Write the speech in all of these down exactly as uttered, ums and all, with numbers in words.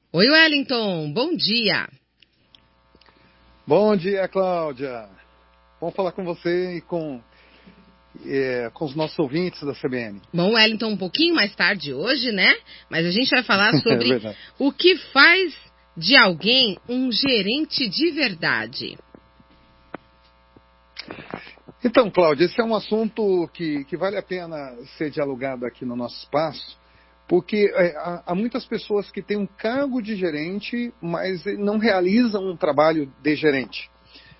Oi, Wellington, bom dia. Bom dia, Cláudia. Vamos falar com você e com, é, com os nossos ouvintes da C B N. Bom, Wellington, um pouquinho mais tarde hoje, né? Mas a gente vai falar É sobre verdade. o que faz de alguém um gerente de verdade. Então, Cláudia, esse é um assunto que, que vale a pena ser dialogado aqui no nosso espaço, porque é, há, há muitas pessoas que têm um cargo de gerente, mas não realizam um trabalho de gerente.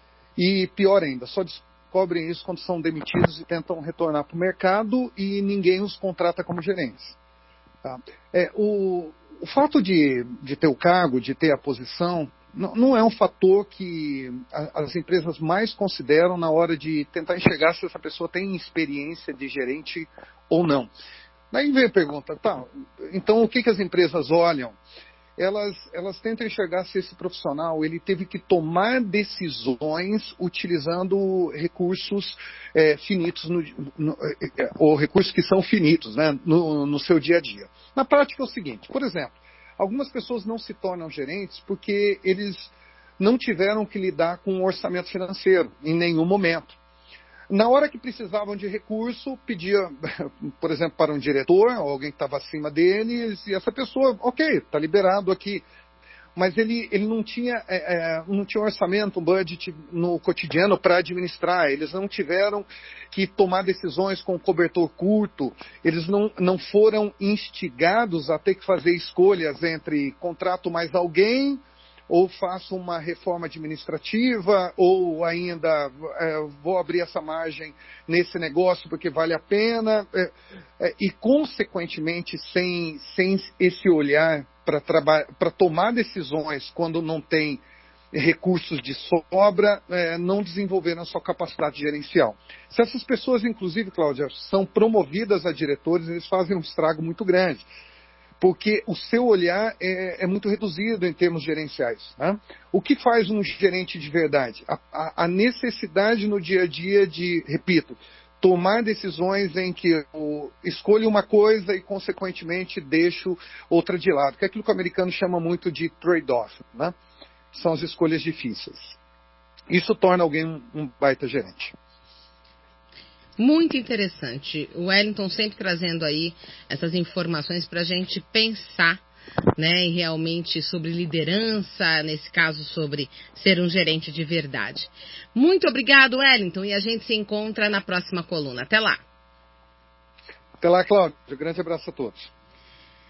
E pior ainda, só descobrem isso quando são demitidos e tentam retornar para o mercado e ninguém os contrata como gerentes. Tá? É, o, o fato de, de ter o cargo, de ter a posição, não, não é um fator que a, as empresas mais consideram na hora de tentar enxergar se essa pessoa tem experiência de gerente ou não. Daí vem a pergunta, tá, então o que, que as empresas olham? Elas, elas tentam enxergar se esse profissional ele teve que tomar decisões utilizando recursos é, finitos, no, no, é, ou recursos que são finitos, né, no, no seu dia a dia. Na prática é o seguinte, por exemplo, algumas pessoas não se tornam gerentes porque eles não tiveram que lidar com um orçamento financeiro em nenhum momento. Na hora que precisavam de recurso, pedia, por exemplo, para um diretor, ou alguém que estava acima deles, e essa pessoa, ok, está liberado aqui. Mas ele, ele não tinha, é, não tinha um orçamento, um budget no cotidiano para administrar. Eles não tiveram que tomar decisões com cobertor curto. Eles não, não foram instigados a ter que fazer escolhas entre contrato mais alguém, ou faço uma reforma administrativa, ou ainda é, vou abrir essa margem nesse negócio porque vale a pena, é, é, e consequentemente sem, sem esse olhar para tomar decisões quando não tem recursos de sobra, é, não desenvolveram a sua capacidade gerencial. Se essas pessoas, inclusive, Cláudia, são promovidas a diretores, eles fazem um estrago muito grande, porque o seu olhar é, é muito reduzido em termos gerenciais. Né? O que faz um gerente de verdade? A, a, a necessidade no dia a dia de, repito, tomar decisões em que eu escolho uma coisa e, consequentemente, deixo outra de lado, que é aquilo que o americano chama muito de trade-off, né? São as escolhas difíceis. Isso torna alguém um, um baita gerente. Muito interessante. O Wellington sempre trazendo aí essas informações para a gente pensar, né, e realmente sobre liderança, nesse caso sobre ser um gerente de verdade. Muito obrigado, Wellington, e a gente se encontra na próxima coluna. Até lá. Até lá, Cláudio. Um grande abraço a todos.